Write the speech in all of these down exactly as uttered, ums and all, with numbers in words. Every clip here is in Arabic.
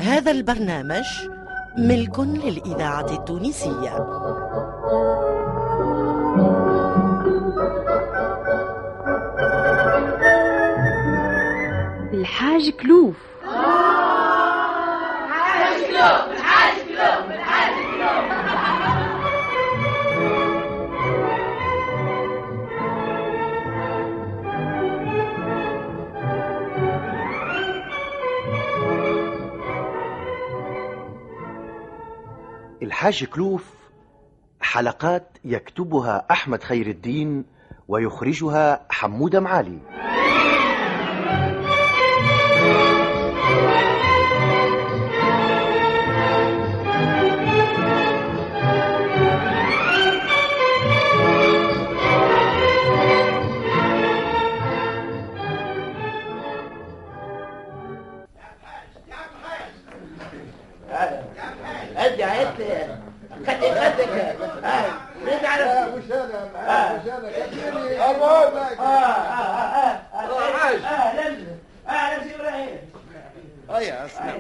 هذا البرنامج ملك للإذاعة التونسية. الحاج كلوف. الحاج كلوف الحاج كلوف الحاج كلوف. الحاج كلوف، حلقات يكتبها أحمد خير الدين ويخرجها حمودة معالي. أدي عيط خدي خدك مين عرف مش انا مش انا كفيني اه اه اه اهلا اهلا سي ابراهيم. ايا اسمع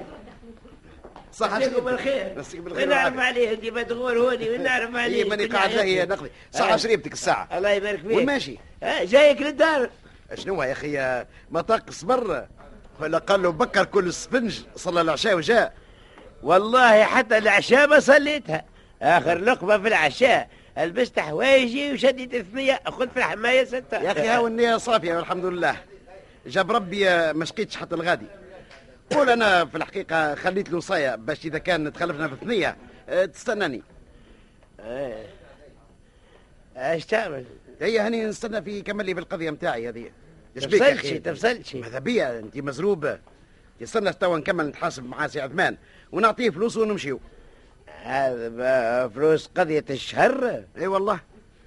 صح عليكم بالخير. مسيك بالخير. ونعرف عليه انت مدغور هوني ونعرف عليه. اي ماني قاعد هي نقضي صح شريبتك الساعه. الله يبارك فيك. وماشي جايك للدار. شنو يا اخي ما طقس مره ولا قال له بكر كل السفنج صلى العشاء وجاء. والله حتى العشاء ما صليتها. اخر لقمه في العشاء لبست حوايجي وشديت الثنيه اخذ في الحمايه ستة. يا اخي هاو النيه صافيه والحمد لله. جاب ربي ما شقيتش حتى الغادي. قول انا في الحقيقه خليت له وصايه باش اذا كان تخلفنا في الثنيه تستناني. ايه ايش تعمل؟ هي هاني نستنى في كمل لي بالقضيه نتاعي هذه. تفصلش تفصلش ماذا بيا انت مزروبه. يستنى توا نكمل نتحاسب مع سي عثمان ونعطيه فلوس ونمشيو. هذا فلوس قضية الشهر؟ اي والله.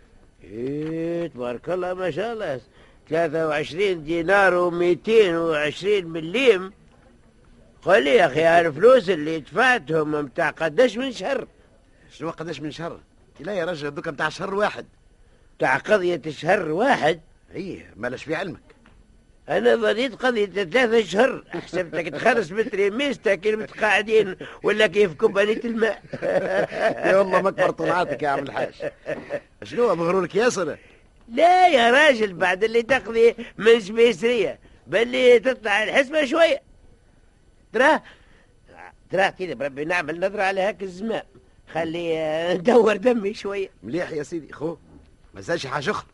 ايه تبارك الله ما شاء الله. ثلاثة وعشرين دينار ومئتين وعشرين مليم. قال لي يا اخي الفلوس اللي دفعتهم متاع قداش من شهر؟ شنو قداش من شهر؟ لا يا رجل دوكا متاع شهر واحد. متاع قضية الشهر واحد؟ ايه مالاش في علمك. أنا ظنيت قضية ثلاثة أشهر. حسبتك تخرس مثل ميستا كي متقاعدين ولا كيف كوبانية الماء. يا والله ما كبر طلعاتك يا عم الحاج. شنو مغرورك ياسر؟ لا يا راجل بعد اللي تقضي من سبيسرية بل تطلع الحسبة شوية. ترى ترى كذا بربي نعمل نظرة على هاك الزمان خلي ندور دمي شوية. مليح يا سيدي خو ما زالش حاجة أخرى.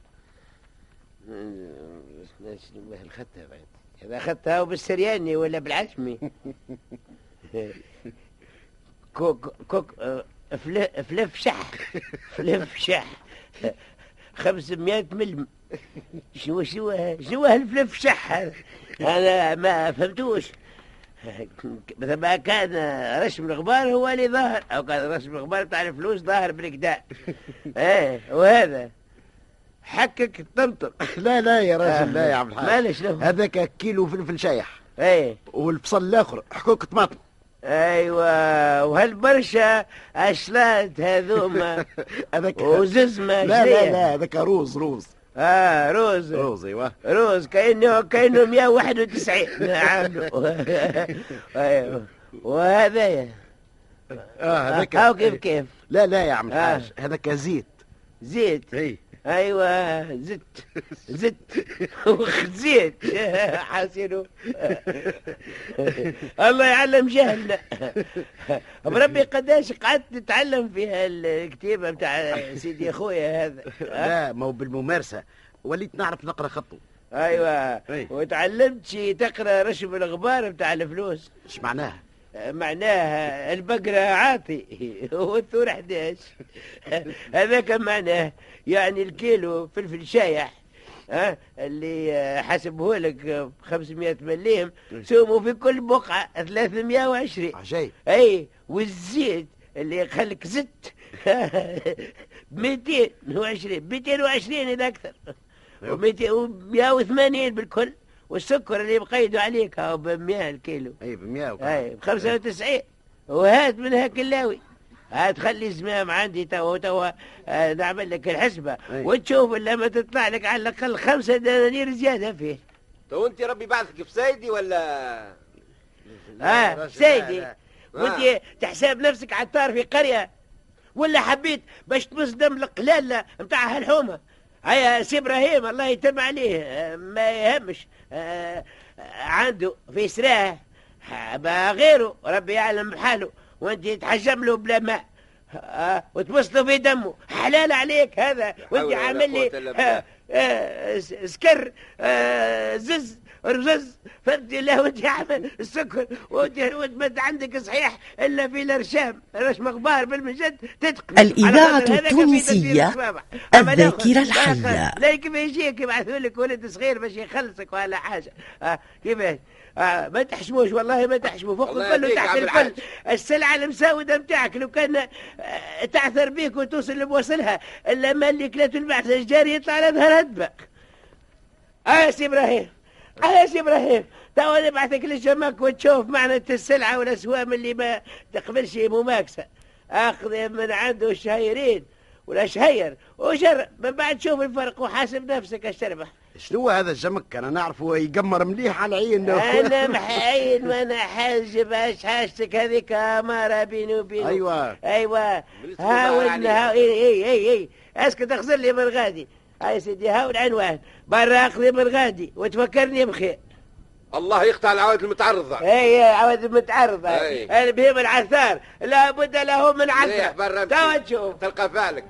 شنو الخطة بعد؟ إذا أخذتها بالسرياني ولا بالعشمي؟ كوك كوك فلف شح فلف شح خمسمائة ملم. شنو شنو شنو هالفلف شح هذا؟ أنا ما فهمتوش. مثل ما كان رسم الغبار هو اللي ظاهر أو كان رسم الغبار بتاع الفلوس ظاهر بالكدا. إيه وهذا حكك طمطم. لا لا يا راجل لا يا عم الحاج. مالش له هذاك كيلو فلفل شايح. ايه والبصل الاخر حكوك طماطم. ايوه وهالبرشا اشلات هذوما هذاك وززمه. لا لا لا هذاك روز روز. اه روز روز ايوه روز كانه كانه مئة وواحد وتسعين عامله. ايوه وهذايا اه هذاك هاو كيف كيف. لا لا يا عم الحاج هذاك زيت. زيت اي ايوه زت زت وخزيت حاسينه. الله يعلم جهلنا. بربي قداش قعدت تتعلم في هالكتيبه بتاع سيدي اخويا هذا. لا ما هو بالممارسه وليت نعرف نقرا خطه. ايوه وتعلمت شي تقرا رسم الغبار بتاع الفلوس. ايش معناه؟ معناها البقرة عاطي والثور حداش. هذاك معناه يعني الكيلو فلفل شايح ها اللي حسبه لك خمسمائة مليم سوموا في كل بقعة ثلاثمائة وعشرين. عجيب. اي والزيت اللي يخليك زت مئتين وعشرين مئتين وعشرين إذا أكثر ومئة وثمانين بالكل. والسكر اللي بقيدوا عليك هاو بمئة الكيلو. اي بمئة اي بخمسة وتسعين. وهات منها كلاوي هات خلي زمام عندي توا توا آه نعمل لك الحسبة وتشوف لما تطلع لك على الأقل خمسة دنانير زيادة فيه. تو انت ربي بعثك في سيدي ولا اه سيدي وانت تحسب نفسك عطار في قرية، ولا حبيت باش تمس دم القلال متاع هالحومة؟ هيا سي ابراهيم الله يتم عليه ما يهمش، عنده في سراه ما غيره ربي يعلم بحاله، وانت تحجم له بلا ماء آه وتوصلوا في دمه، حلال عليك هذا، وانت عامل لي آه آه سكر آه زز رزز، فهمتي؟ لا وانت عامل السكر، وانت ما عندك صحيح الا في الارشام، راش مغبار بالمجد تتقن. الإذاعة التونسية الذاكرة الحية. لا كيف يجيك يبعثوا لك ولد صغير باش يخلصك ولا حاجه آه كيفاش؟ آه ما تحشموش والله ما تحشموا، فوق الفل وتحت الفل، السلعة المساودة متاعك لو كان آه تعثر بيك وتوصل لموصلها، الا ما اللي كلات البعث الجاري يطلع على ظهر هدبك. اه سي ابراهيم، اه سي ابراهيم، توا نبعثك للجماك وتشوف معنى السلعة والاسوام اللي ما تقبلش مماكسة، اخذ من عنده الشهيرين ولا شهير وجرب، من بعد شوف الفرق وحاسب نفسك اش تربح. شنو هذا الجمك؟ انا نعرفه يقمر مليح على العين. انا محاين وانا حاجب اش حاجتك هذيك اماره بيني وبينه. ايوه ايوه هاول ها اي اي اي اي اسكت اخزر لي من غادي. هاي سيدي هاو العنوان، برا اخذي من غادي وتفكرني بخير. الله يقطع العواد المتعرضة. اي عواد المتعرضة، انا بهم العثار لابد له من عثر. توا تشوف تلقى فالك.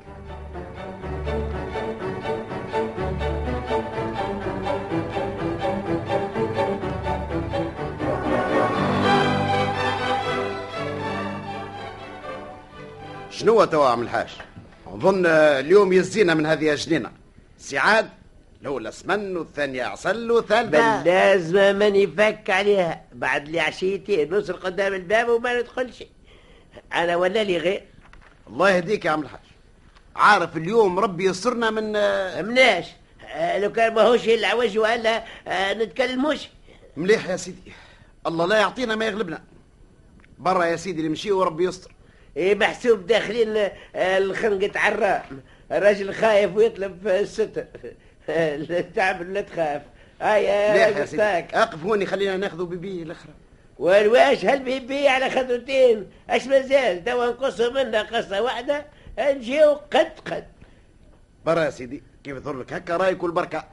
شنو توا عم الحاج؟ اظن اليوم يزينا من هذه الجنينه سعاد، الاولى سمن والثانيه عسل والثالثه باللازمه ماني فك عليها، بعد لي عشيتين نوصل قدام الباب وما ندخلش انا ولا لي غير. الله يهديك يا عم الحاج، عارف اليوم ربي يسرنا من مناش آه لو كان ماهوش العوج ولا آه نتكلموش. مليح يا سيدي، الله لا يعطينا ما يغلبنا. برا يا سيدي نمشي وربي يستر. ايه محسوب داخلين الخنقة عرام، الراجل خايف ويطلب الستر تعمل لا تخاف. هاي يا سيدي اقف هوني خلينا ناخذوا بيبي الاخرى. والواش هالبيبي على خطوتين اش مازال توا نقصوا منها قصه واحده نجيو قد قد. برا يا سيدي كيف يظهر لك هكا رايك والبركه.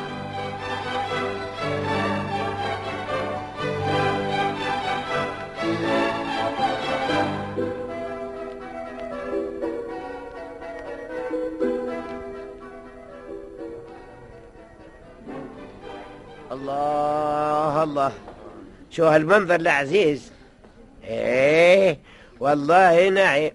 الله الله شو هالمنظر العزيز. ايه والله نعيم.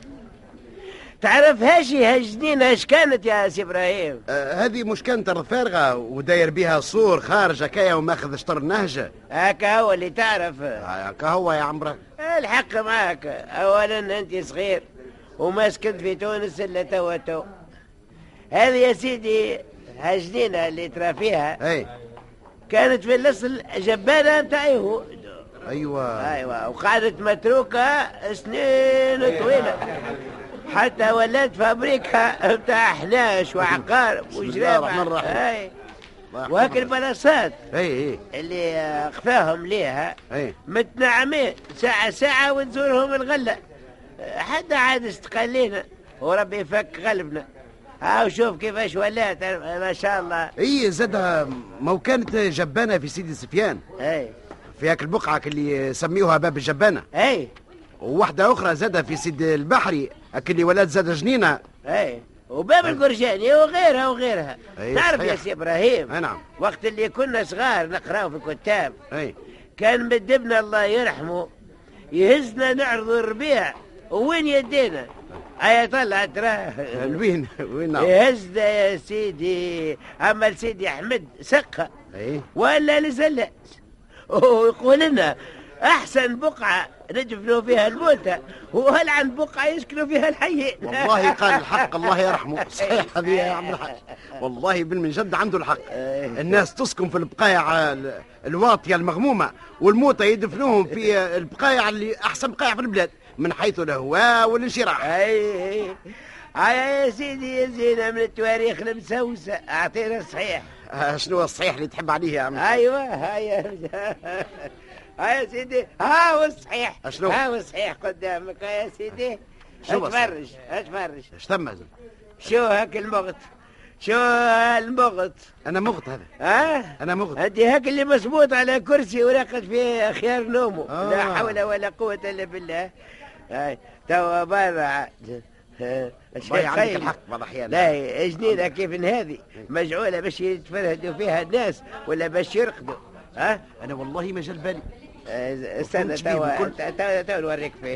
تعرف هاشي هالجنينة اش كانت يا سي ابراهيم؟ آه هذه مش كانت ارض فارغه وداير بها صور خارج هكايا وماخذ شطر النهجه. هكا هو اللي تعرف. هكا هو يا عمرك. الحق معك، اولا انت صغير وما سكنت في تونس الا توا تو. هذه يا سيدي هالجنينة اللي ترى فيها اي كانت في الاصل جبانه نتاع يهود. ايوه ايوه وقعدت متروكه سنين طويله حتى ولات فابريكا نتاع حناش وعقارب وجراب. اي وهاك البلاصات اي اي اللي قفاهم ليها اي متنعمين ساعه ساعه وتزورهم الغله، حتى عاد استقلينا وربي يفك غلبنا. هاو شوف كيفاش ولات ما شاء الله. اي زادها ما كانت جبانه في سيدي سفيان. اي في هاك البقعه اللي يسميوها باب الجبانه. اي وواحده اخرى زادها في سيدي البحري اللي ولات زاد جنينه. اي وباب القرجاني وغيرها وغيرها. تعرف يا سي ابراهيم اي نعم وقت اللي كنا صغار نقراو في الكتاب اي كان مدبنا الله يرحمه يهزنا نعرضوا الربيع وين يدينا ايا طلع تراه وين وين نعم يهزنا يا سيدي. اما سيدي احمد سقه اي ولا لزلات ويقول لنا احسن بقعه ندفنوا فيها الموتى وهل عن بقعه يسكنوا فيها الحيين. والله قال الحق الله يرحمه. صحيح هذه يا عم الحاج، والله بالمنجد عنده الحق. الناس تسكن في البقايع الواطيه المغمومه والموتى يدفنوهم في البقايع اللي احسن بقايع في البلاد من حيث الهواء والانشراح. اي هيا يا سيدي يزينا من التواريخ المسوسه اعطينا الصحيح. آه شنو الصحيح اللي تحب عليه يا عم؟ ايوه هيا ها يا سيدي، ها هو صحيح، أشنو؟ ها هو صحيح قدامك، ها يا سيدي. شو اتفرج اتفرج. ايش ثم؟ شو هاك المغط، شو المغط. انا مغط هذا. ها انا مغط. هدي هاك اللي مصبوط على كرسي وراقد فيه خيار نومه. آه. لا حول ولا قوة الا بالله. هاي توا برا. والله عندك الحق بعض الاحيان. لا جنينة كيف هذه مجعولة باش يتفرهدوا فيها الناس ولا باش يرقدوا. ها انا والله ما جا بالي. آه، استنى توا توا توا نوريك فيه.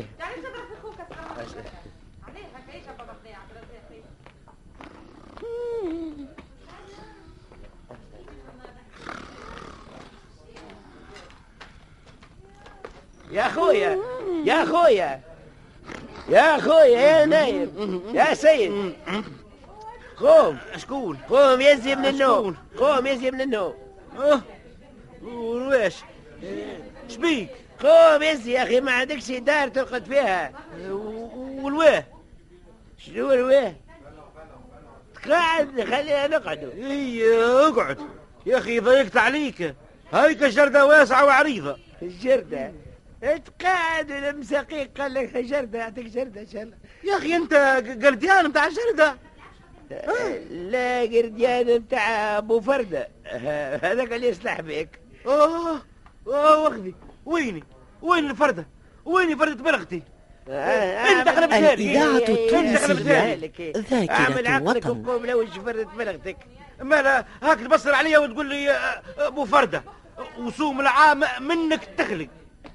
يا خويا يا خويا يا خويا يا نايم يا سيد، قوم. شكون؟ قوم يزي من النوم، قوم يزي من النوم. اه واش شبيك؟ قوم يزي يا اخي، ما عندكش دار ترقد فيها. والواه شنو الواه؟ قاعد خلينا نقعدوا. اي اقعد يا اخي، ضيقت عليك. هايك الجردة واسعة وعريضة. الجردة تقعد المساقيق قال لك جردة، يعطيك جردة ان شاء الله. يا اخي انت قرديان متاع الجردة. لا قرديان متاع ابو فردة، هذاك اللي يصلح بك. اه اه واخذي. ويني وين الفردة؟ ويني فردة بلغتي؟ انت خلبتها لي. الإذاعة التونسية اعمل ذاكرة عقلك الوطن. وقوم لوج فردة بلغتك. مالا هاك تبصر عليا وتقول لي آه، ابو فردة وسوم العام منك تخلي.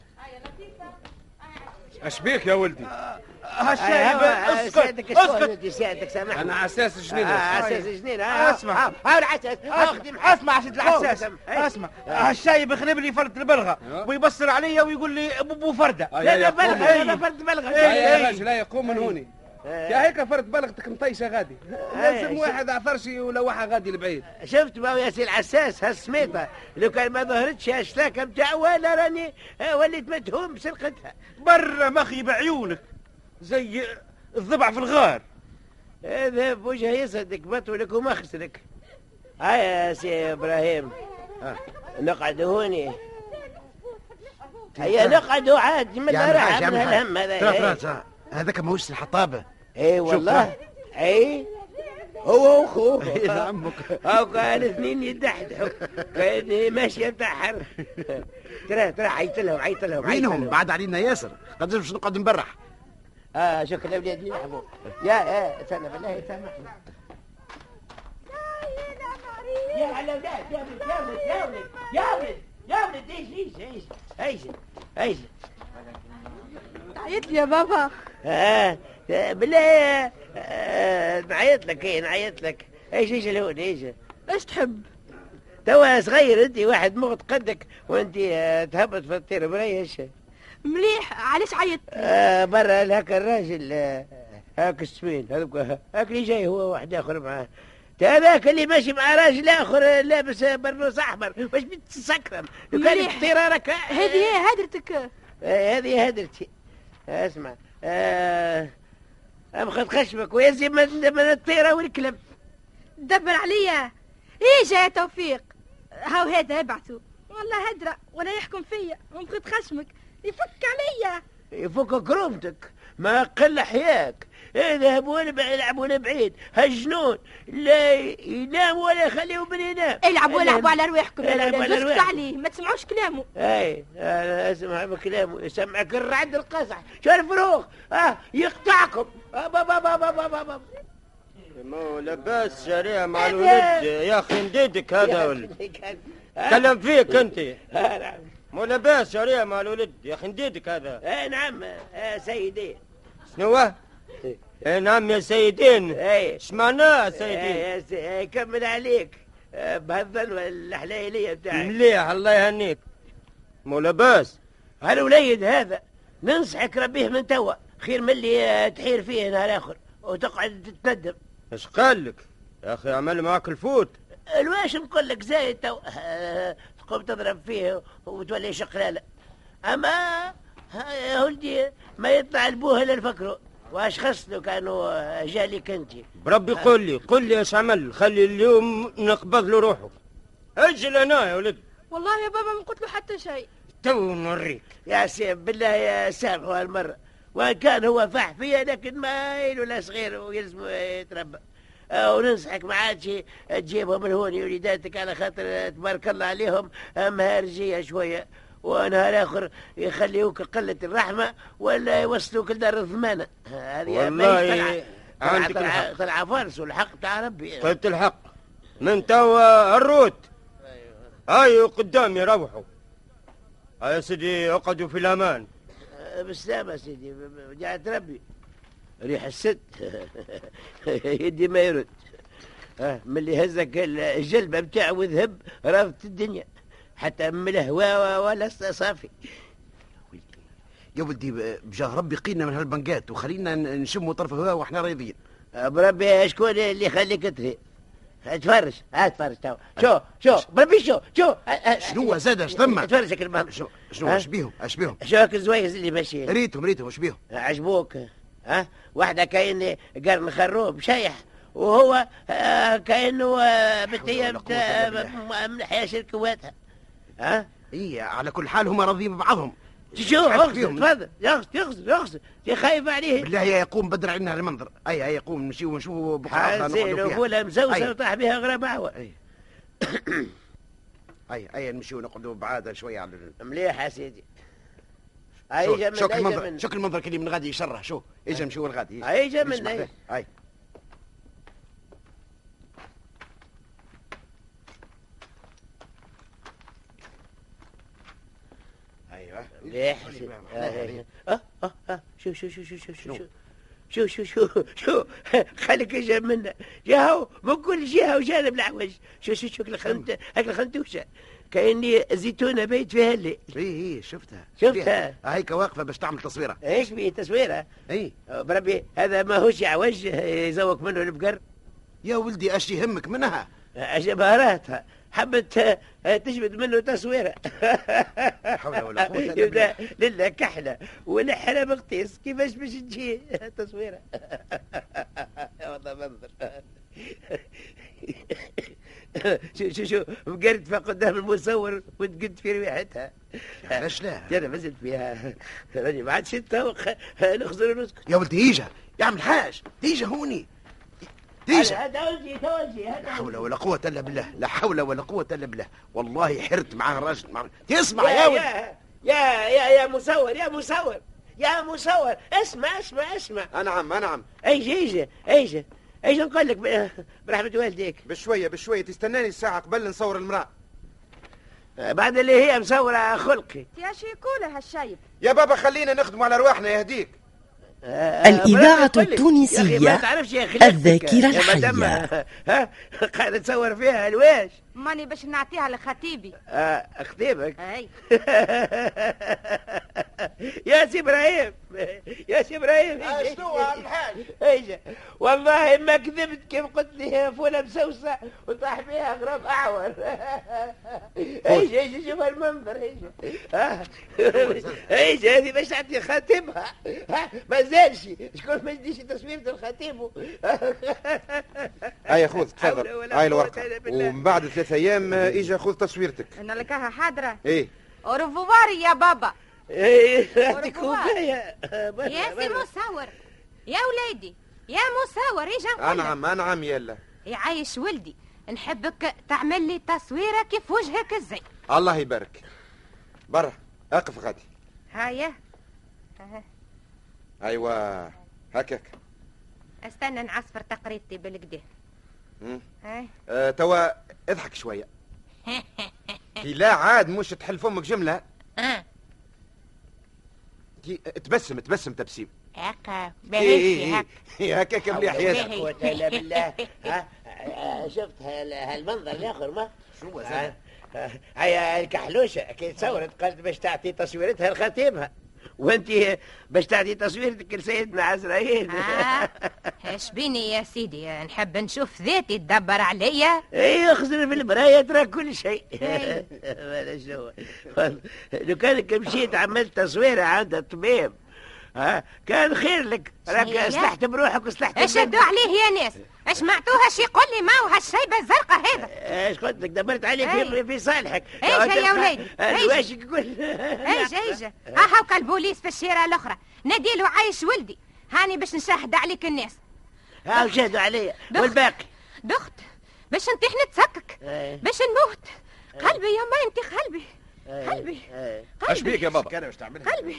اش بيك يا ولدي؟ هالشايب اسكت سيادتك اسكت. سيادتك سامحني. انا على اساس جنينة. آه، اساس جنينة. اسمع. ها العساس، اسمع اسمع عشان الحساس. اسمع هالشايب يخلب لي فرد البلغة ويبصر عليا ويقول لي ابو فردة. لا لا بلغة، لا فرد بلغة. يا راجل هيا قوم من هوني. يا هيك فرد بلغتك مطيشة غادي، لازم واحد عثرشي ولا واحد غادي لبعيد. شفت ما يا سي العساس هالسميطة لو كان ما ظهرتش هالشلاكة متاع ولا راني وليت متهوم بسرقتها. برا مخي بعيونك زي الضبع في الغار. هذا بوجه يصدك بطولك ومخسرك. هيا يا سي ابراهيم نقعد هوني. هيا نقعدوا عاد من راح من الهم هذا. هذاك ماهوش الحطابة. اي والله. اي هو واخوه عمك. هاو كان اثنين يدحدحوا، كان ماشيه بتاع ترى ترى عيط لهم عيط لهم. وينهم؟ بعد علينا ياسر، قد باش نقعد نبرح. اه شوف الاولاد يلعبوا. يا يا استنى بالله سامحني. يا الاولاد يا ولد يا ولد يا ولد يا ولد يا ولد ايش ايش ايش ايش ايش عيط لي يا بابا. اه بالله آه نعيط لك. ايه نعيط لك. ايش ايش الهون ايش ايش تحب؟ توا صغير انت واحد مغط قدك وانت آه تهبط في الطير مريش. مليح. علاش عيطت؟ آه برا هاك الراجل آه هاك السمين هذاك هاك اللي جاي هو واحد اخر معاه. هذاك اللي ماشي مع راجل اخر لابس برنوس احمر واش بتسكرم لو كان اخترارك. هذه هي هدرتك. آه هذه هدرتي. اسمع آه أبخذ خشمك ويزي من, من الطيرة والكلب. دبر عليا. ايه يا توفيق، هاو هذا ابعثوا والله هدرة ولا يحكم فيا ومخذ خشمك يفك عليا. يفك كرومتك ما قل حياك. يذهبوا يلعبوا لبعيد هالجنون لا ينام ولا يخليهم من ينام. العبوا العبوا على رواحكم. العبوا على رواحكم عليه ما تسمعوش كلامه. اي انا اسمع بكلامه يسمعك الرعد القزح. شو الفروق اه يقطعكم. آه بابا بابا بابا بابا مو لباس شريعة مع الولد يا اخي نديدك هذا ولد كلم فيك انت. مو لباس شريعة مع الولد يا اخي نديدك هذا. اي نعم يا سيدي. شنو؟ اي نعم يا سيدين. اي ايش معناه سيدين؟ اي سي... كمل عليك بهالظن الحلايلية بتاعك. مليح الله يهنيك. مو لباس هالوليد هذا ننصحك ربيه من توا خير من اللي تحير فيه نهار اخر وتقعد تتندم. ايش قال لك يا اخي؟ عمل معك الفوت. الواش نقول لك زايد تو تقوم تضرب فيه وتولي شقلالة. اما يا ولدي ما يطلع البوه الا الفكرو. واش خصني كانوا جالك انت؟ بربي قول لي قول لي ايش عمل. خلي اليوم نقبض له روحه. اجل انا يا ولد. والله يا بابا ما قلت له حتى شيء. تو نوريك. يا سيف بالله يا سامحه هالمرة، وان كان هو فح فيا لكن ما ولا صغير ويلزم يتربى. آه، وننصحك ما عادش تجيبهم من هوني وليداتك على خاطر تبارك الله عليهم مهارجية شوية، ونهار اخر يخليوك قلة الرحمة ولا يوصلوك لدار الضمانة. هذه والله عندك طلع الحق. طلع فارس والحق تاع ربي. قلت الحق من توا الروت. ايوه قدامي روحوا. يا سيدي اقعدوا في الامان. بالسلامة سيدي، جاء ربي. ريح الست يدي ما يرد. اه ملي هزك الجلبة بتاعه وذهب رافت الدنيا حتى من الهواء ولا صافي. يا ولدي بجاه ربي قينا من هالبنقات وخلينا نشموا طرف الهواء واحنا راضيين. بربي شكون اللي يخليك تري؟ تفرج ها تفرج توا. شو شو بربي شو شو شنو زاد اش ثم؟ تفرجك المهم. شنو شنو اش بيهم اش بيهم؟ شو هاك الزوايز اللي ماشيين؟ ريتهم ريتهم اش بيهم؟ عجبوك؟ ها واحدة كاين قرن خروب شايح وهو آه كأنه آه بتهيأ من حياة شركواتها. ها؟ اي على كل حال هم راضيين ببعضهم. شو اغسل تفضل يغسل يغسل يغسل يا خايف عليه. بالله يقوم بدر عنا المنظر. اي اي يقوم نمشيو ونشوفوا بكره حسين فوله مسوسه وطاح بها غرام عوى. اي اي اي نمشيو نقعدوا بعاد شويه على مليح يا سيدي. اي جا شوك المنظر شوك المنظر اللي من غادي يشرح. شو اجا نمشيو الغادي. اي جا من اي اي مليح. اه اه اه شو شو شو شو شو شو شو شو شو شو خليك اجا منا جاهو من كل جهه وجانب العوج. شو شو شو الخنت هاك الخنتوشه كاني زيتونه بيت فيها الليل. اي اي شفتها شفتها هيك واقفه باش تعمل تصويره. ايش بيه تصويره؟ اي بربي هذا ماهوش عوج يزوق منه البقر. يا ولدي اش يهمك منها؟ جبهاراتها حبت تجبد منه تصويره. حول ولا قوه الا بالله. لله كحله ونحره مغطيس كيفاش باش تجي تصويره. والله منظر. شو شو شو بقرت قدام المصور وتقد في ريحتها. علاش لا؟ انا مازلت فيها راني ما عادش نتوق نخزر ونسكت. يا ولدي يجا يعمل حاج يجا هوني ديجا. هذا وجهي توجهي. لا حول ولا قوة إلا بالله. لا حول ولا قوة إلا بالله. والله حرت معاه الراجل. مع... تسمع يا ولد. يا يا يا يا مصور يا مصور يا مصور اسمع اسمع اسمع. أنعم أنعم. ايجا ايجا ايجا ايجا نقول لك برحمة والديك. بشوية بشوية تستناني الساعة قبل نصور المرأة. بعد اللي هي مصورة خلقي. يا شيكولة هالشايب. يا بابا خلينا نخدموا على رواحنا يهديك. الإذاعة التونسية الذاكرة الحية. ها قاعدة تصور فيها الواش. ماني باش نعطيها لخطيبي. اه خطيبك. اي. يا سي ابراهيم يا سي ابراهيم. شنو عم الحاج؟ ايجا والله ما كذبت كيف قلت لي فوله مسوسه وطاح بها غراب اعور. ايجا ايجا شوف المنظر ايجا. ايجا هذه باش تعطي خاتمها. ما زالش شكون ما يديش تصويرة الخاتم. هيا خذ تفضل هاي الورقة ومن بعد ثلاثة أيام اجا خذ تصويرتك. انا لكاها حاضرة. ايه اورفوار يا بابا. ايه يعطيك وفاية. يا سي مصور يا وليدي يا مصور ايجا نقول. أنعم أنعم يلا. يعيش ولدي نحبك تعمل لي تصويرة كيف وجهك الزي. الله يبارك. برا اقف غادي. هيا ايوا هكاك. استنى نعصفر تقريبتي بالكده. هاي أه توا اضحك شويه. كي لا عاد مش تحل فمك جمله. اه كي تبسم تبسم تبسيم هكا باهي هكا هكاك مليح يا سيدي. لا بالله. ها شفت هالمنظر الاخر ما شنو هذا؟ هيا الكحلوشه كي تصورت قالت باش تعطي تصويرتها لخطيبها وانت باش تعطي تصويرتك لسيدنا عزرائيل. آه. ايش بيني يا سيدي نحب نشوف ذاتي تدبر عليا. اي اخزر في المرايه ترى كل شيء. ولا شو لو كانك مشيت عملت تصويره عند الطبيب ها كان خير لك، راك اصلحت بروحك وصلحت. ايش ردوا عليه يا ناس؟ اش سمعتوها شي يقول لي ما هو هالشيبه الزرقاء هذا؟ ايش قلت لك؟ دبرت عليك في, في صالحك. ايش يا وليدي؟ واش تقول؟ ايش ايش ها هاكا البوليس في الشارع الاخرى ناديلو عايش ولدي، هاني باش نشاهد عليك الناس. ها شاهدوا عليا والباقي دخت باش نطيح نتسكك باش نموت. قلبي يا ما انت قلبي قلبي اش بيك يا بابا؟ قلبي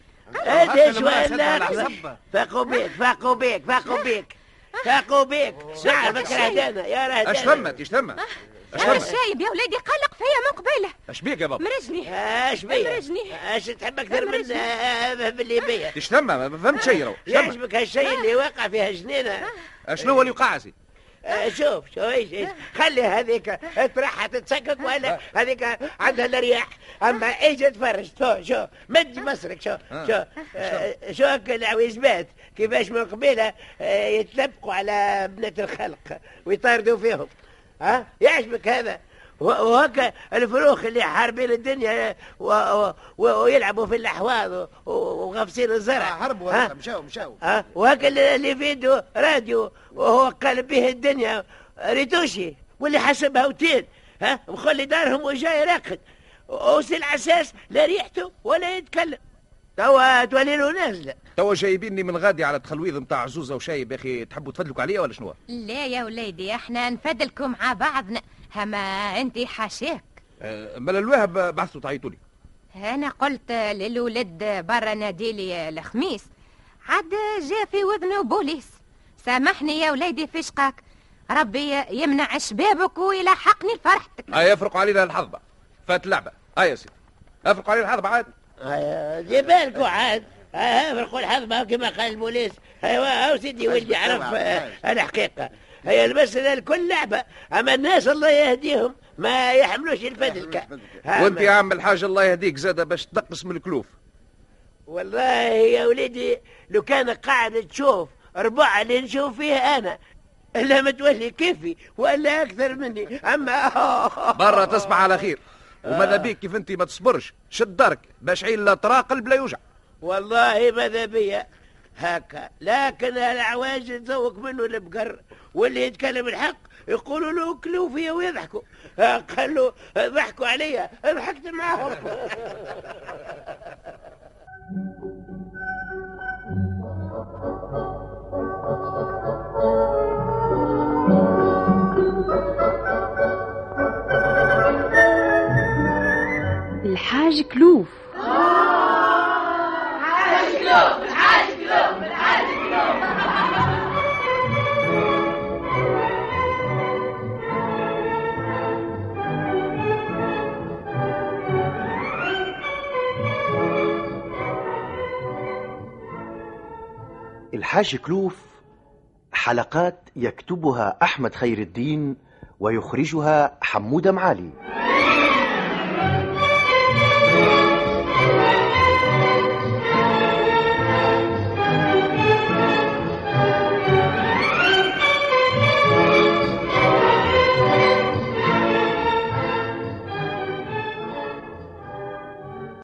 هذا شويه فاقوا بيك فاقوا بيك فاقوا بيك فاقوا بيك. نعرفك رهدانه يا رهدانه. اش ثمت اش ثمت؟ انا الشايب يا وليدي قلق فيا من قبيله. اش بيك يا بابا؟ مرجني. اش بيك؟ مرجني. اش تحب اكثر من باللي بيا؟ اش ثم؟ ما فهمت شيء. رو يعجبك هالشيء اللي واقع فيها جنينه؟ شنو هو اللي وقع سي؟ آه شوف شوف ايش ايش خلي هذيك تروح تتسكك ولا هذيك عندها الرياح. اما ايش تفرج شوف شوف مد مصرك شوف شوف آه شوف العويزبات كيفاش من قبيله آه يتلبقوا على بنات الخلق ويطاردوا فيهم. ها آه يعجبك هذا؟ وهكا الفروخ اللي حاربين الدنيا و... و... ويلعبوا في الاحواض وغافسين الزرع. هربوا هربوا مشاو مشاو. ها وهكا اللي في يده راديو وهو قلب به الدنيا ريتوشي واللي حسبها اوتيل. ها مخلي دارهم وجاي راقد وسي العساس لا ريحته ولا يتكلم. توا تولي له نازله. توا جايبيني من غادي على التخلويض نتاع عزوزه وشايب. يا اخي تحبوا تفدلكوا عليا ولا شنو؟ لا يا وليدي احنا نفدلكم مع بعضنا. هما انت حاشاك. أه مال الواهب بعثوا تعيطوا لي. انا قلت للولد برا ناديلي الخميس عاد جا في وذنه بوليس. سامحني يا وليدي في شقاك، ربي يمنع شبابك ويلحقني لفرحتك. هيا يفرقوا علينا الحظبه فات اللعبه. هيا يا سيدي افرقوا علينا الحظبه عاد. هيا دي بالكوا عاد افرقوا الحظبه كما قال البوليس. ايوا سيدي ولدي عرف الحقيقه. هي المسألة الكل لعبة، أما الناس الله يهديهم ما يحملوش الفدلكة. وانت يا عم الحاج الله يهديك زادة باش تنقص من الكلوف. والله يا وليدي لو كان قاعد تشوف ربع اللي نشوف فيه أنا إلا متولي كيفي ولا أكثر مني. أما برا تصبح على خير. وماذا بيك كيف انت ما تصبرش شد دارك باش عين لا تراقل بلا يوجع. والله ماذا بيا هكا، لكن العواج تزوق منه البقر واللي يتكلم الحق يقولوا له كلوا فيا ويضحكوا. قالوا ضحكوا عليا ضحكت معاهم. الحاج كلوف. الحاج كلوف الحاج كلوف الحاج كلوف. الحاج كلوف حلقات يكتبها أحمد خير الدين ويخرجها حمودة معالي.